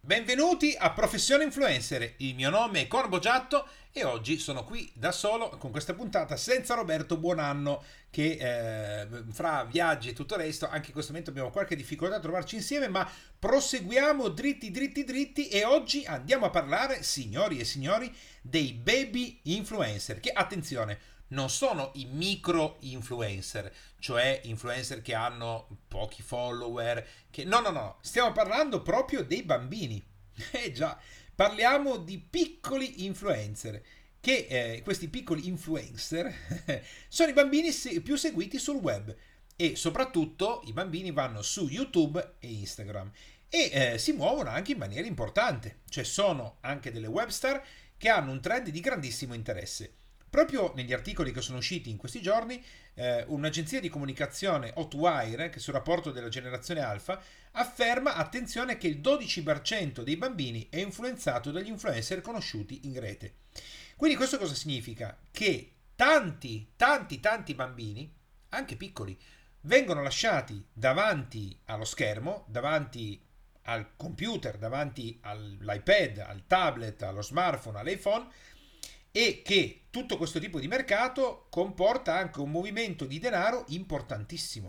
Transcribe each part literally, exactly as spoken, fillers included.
Benvenuti a Professione Influencer, il mio nome è Corbo Giatto e oggi sono qui da solo con questa puntata senza Roberto Buonanno che eh, fra viaggi e tutto il resto anche in questo momento abbiamo qualche difficoltà a trovarci insieme, ma proseguiamo dritti dritti dritti e oggi andiamo a parlare, signori e signori, dei baby influencer che, attenzione, non sono i micro influencer, cioè influencer che hanno pochi follower, che no, no, no, stiamo parlando proprio dei bambini. Eh già, parliamo di piccoli influencer, che eh, questi piccoli influencer sono i bambini se- più seguiti sul web e soprattutto i bambini vanno su YouTube e Instagram e eh, si muovono anche in maniera importante, cioè sono anche delle webstar che hanno un trend di grandissimo interesse. Proprio negli articoli che sono usciti in questi giorni, eh, un'agenzia di comunicazione Hotwire, che sul rapporto della generazione alfa, afferma, attenzione, che il dodici per cento dei bambini è influenzato dagli influencer conosciuti in rete. Quindi questo cosa significa? Che tanti, tanti, tanti bambini, anche piccoli, vengono lasciati davanti allo schermo, davanti al computer, davanti all'iPad, al tablet, allo smartphone, all'iPhone, e che tutto questo tipo di mercato comporta anche un movimento di denaro importantissimo.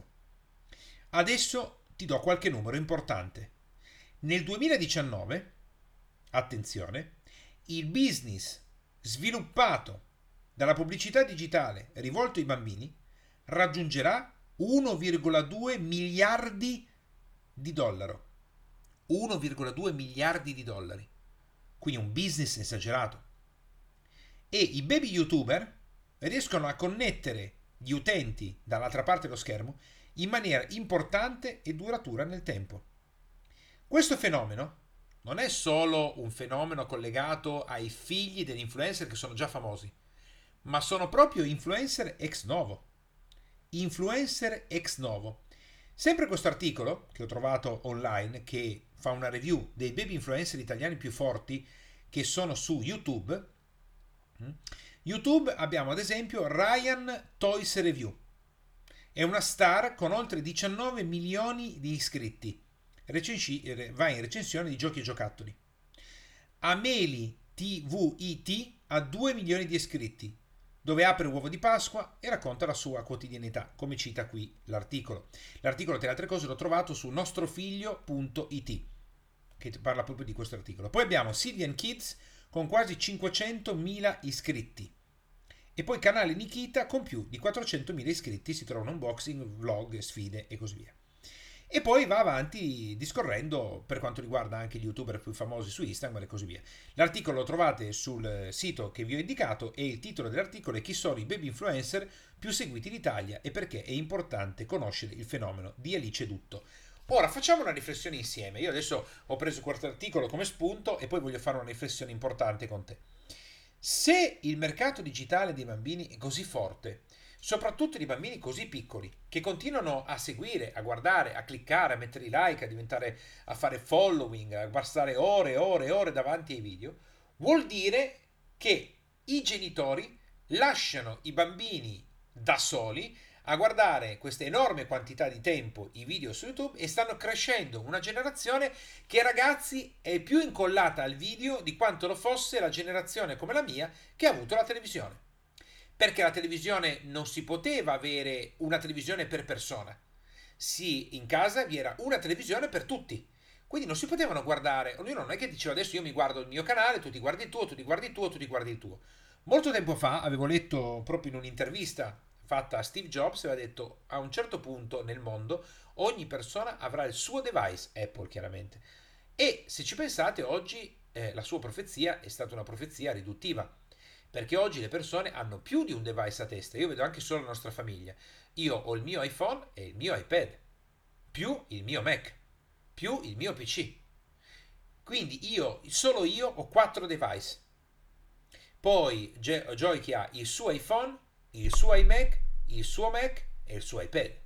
Adesso ti do qualche numero importante. Nel duemiladiciannove, attenzione, il business sviluppato dalla pubblicità digitale rivolto ai bambini raggiungerà uno virgola due miliardi di dollari. uno virgola due miliardi di dollari. Quindi un business esagerato. E i baby youtuber riescono a connettere gli utenti dall'altra parte dello schermo in maniera importante e duratura nel tempo. Questo fenomeno non è solo un fenomeno collegato ai figli degli influencer che sono già famosi, ma sono proprio influencer ex novo. Influencer ex novo. Sempre questo articolo che ho trovato online, che fa una review dei baby influencer italiani più forti che sono su YouTube. YouTube abbiamo ad esempio Ryan Toys Review. È una star con oltre diciannove milioni di iscritti. Recensi- va in recensione di giochi e giocattoli. Ameli T V I T ha due milioni di iscritti, dove apre uovo di Pasqua e racconta la sua quotidianità, come cita qui l'articolo. L'articolo, tra le altre cose, l'ho trovato su nostrofiglio punto it, che parla proprio di questo articolo. Poi abbiamo Sylvian Kids con quasi cinquecentomila iscritti. E poi canale Nikita con più di quattrocentomila iscritti, si trovano unboxing, vlog, sfide e così via. E poi va avanti discorrendo per quanto riguarda anche gli youtuber più famosi su Instagram e così via. L'articolo lo trovate sul sito che vi ho indicato e il titolo dell'articolo è Chi sono i baby influencer più seguiti in Italia e perché è importante conoscere il fenomeno di Alice Dutto. Ora facciamo una riflessione insieme. Io adesso ho preso questo articolo come spunto e poi voglio fare una riflessione importante con te. Se il mercato digitale dei bambini è così forte, soprattutto di bambini così piccoli, che continuano a seguire, a guardare, a cliccare, a mettere i like, a diventare, a fare following, a passare ore e ore e ore davanti ai video, vuol dire che i genitori lasciano i bambini da soli a guardare questa enorme quantità di tempo i video su YouTube e stanno crescendo una generazione che, ragazzi, è più incollata al video di quanto lo fosse la generazione come la mia che ha avuto la televisione. Perché la televisione non si poteva avere una televisione per persona. Sì, in casa vi era una televisione per tutti. Quindi non si potevano guardare, ognuno non è che diceva adesso io mi guardo il mio canale, tu ti guardi il tuo, tu ti guardi il tuo, tu ti guardi il tuo. Molto tempo fa avevo letto proprio in un'intervista fatta a Steve Jobs e aveva detto a un certo punto nel mondo ogni persona avrà il suo device, Apple chiaramente. E se ci pensate oggi eh, la sua profezia è stata una profezia riduttiva, perché oggi le persone hanno più di un device a testa. Io vedo anche solo la nostra famiglia. Io ho il mio iPhone e il mio iPad, più il mio Mac, più il mio P C. Quindi io, solo io, ho quattro device. Poi Joy che ha il suo iPhone, il suo iMac, il suo Mac e il suo iPad.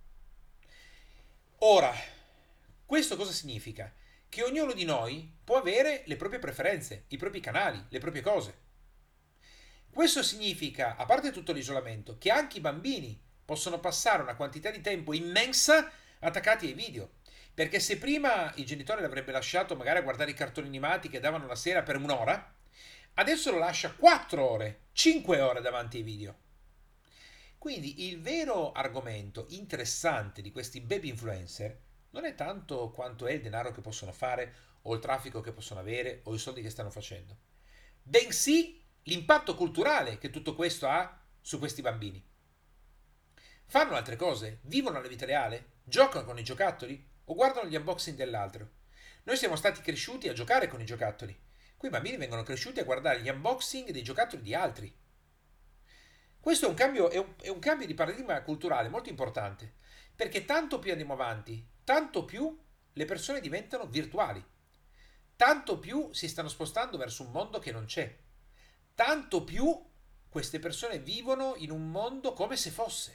Ora, questo cosa significa? Che ognuno di noi può avere le proprie preferenze, i propri canali, le proprie cose. Questo significa, a parte tutto l'isolamento, che anche i bambini possono passare una quantità di tempo immensa attaccati ai video. Perché se prima i genitori l'avrebbero lasciato magari a guardare i cartoni animati che davano la sera per un'ora, adesso lo lascia quattro ore, cinque ore davanti ai video. Quindi il vero argomento interessante di questi baby influencer non è tanto quanto è il denaro che possono fare o il traffico che possono avere o i soldi che stanno facendo, bensì l'impatto culturale che tutto questo ha su questi bambini. Fanno altre cose? Vivono la vita reale? Giocano con i giocattoli? O guardano gli unboxing dell'altro? Noi siamo stati cresciuti a giocare con i giocattoli. Qui i bambini vengono cresciuti a guardare gli unboxing dei giocattoli di altri. Questo è un cambio, è un, è un cambio di paradigma culturale molto importante, perché tanto più andiamo avanti, tanto più le persone diventano virtuali, tanto più si stanno spostando verso un mondo che non c'è, tanto più queste persone vivono in un mondo come se fosse.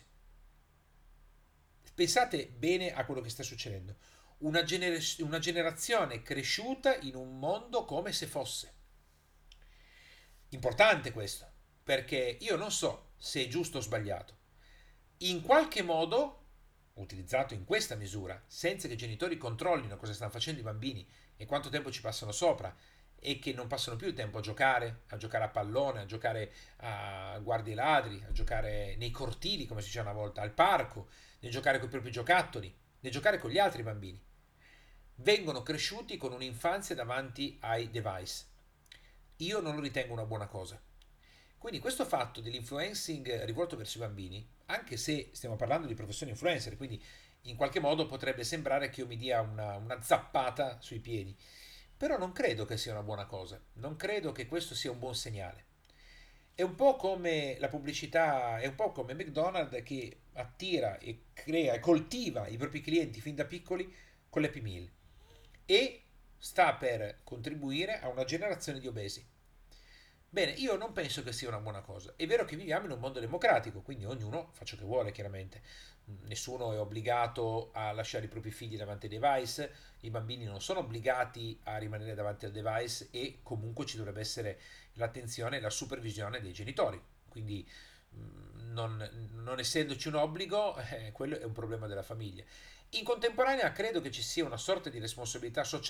Pensate bene a quello che sta succedendo. Una, gener- una generazione cresciuta in un mondo come se fosse. Importante questo, perché io non so se è giusto o sbagliato. In qualche modo, utilizzato in questa misura, senza che i genitori controllino cosa stanno facendo i bambini e quanto tempo ci passano sopra, e che non passano più il tempo a giocare, a giocare a pallone, a giocare a guardie ladri, a giocare nei cortili, come si diceva una volta, al parco, nel giocare con i propri giocattoli, nel giocare con gli altri bambini. Vengono cresciuti con un'infanzia davanti ai device. Io non lo ritengo una buona cosa. Quindi questo fatto dell'influencing rivolto verso i bambini, anche se stiamo parlando di professione influencer, quindi in qualche modo potrebbe sembrare che io mi dia una, una zappata sui piedi, però non credo che sia una buona cosa, non credo che questo sia un buon segnale. È un po' come la pubblicità, è un po' come McDonald's che attira e crea e coltiva i propri clienti fin da piccoli con l'Happy Meal e sta per contribuire a una generazione di obesi. Bene, io non penso che sia una buona cosa. È vero che viviamo in un mondo democratico, quindi ognuno fa ciò che vuole, chiaramente. Nessuno è obbligato a lasciare i propri figli davanti ai device, i bambini non sono obbligati a rimanere davanti al device e comunque ci dovrebbe essere l'attenzione e la supervisione dei genitori. Quindi non, non essendoci un obbligo, eh, quello è un problema della famiglia. In contemporanea credo che ci sia una sorta di responsabilità sociale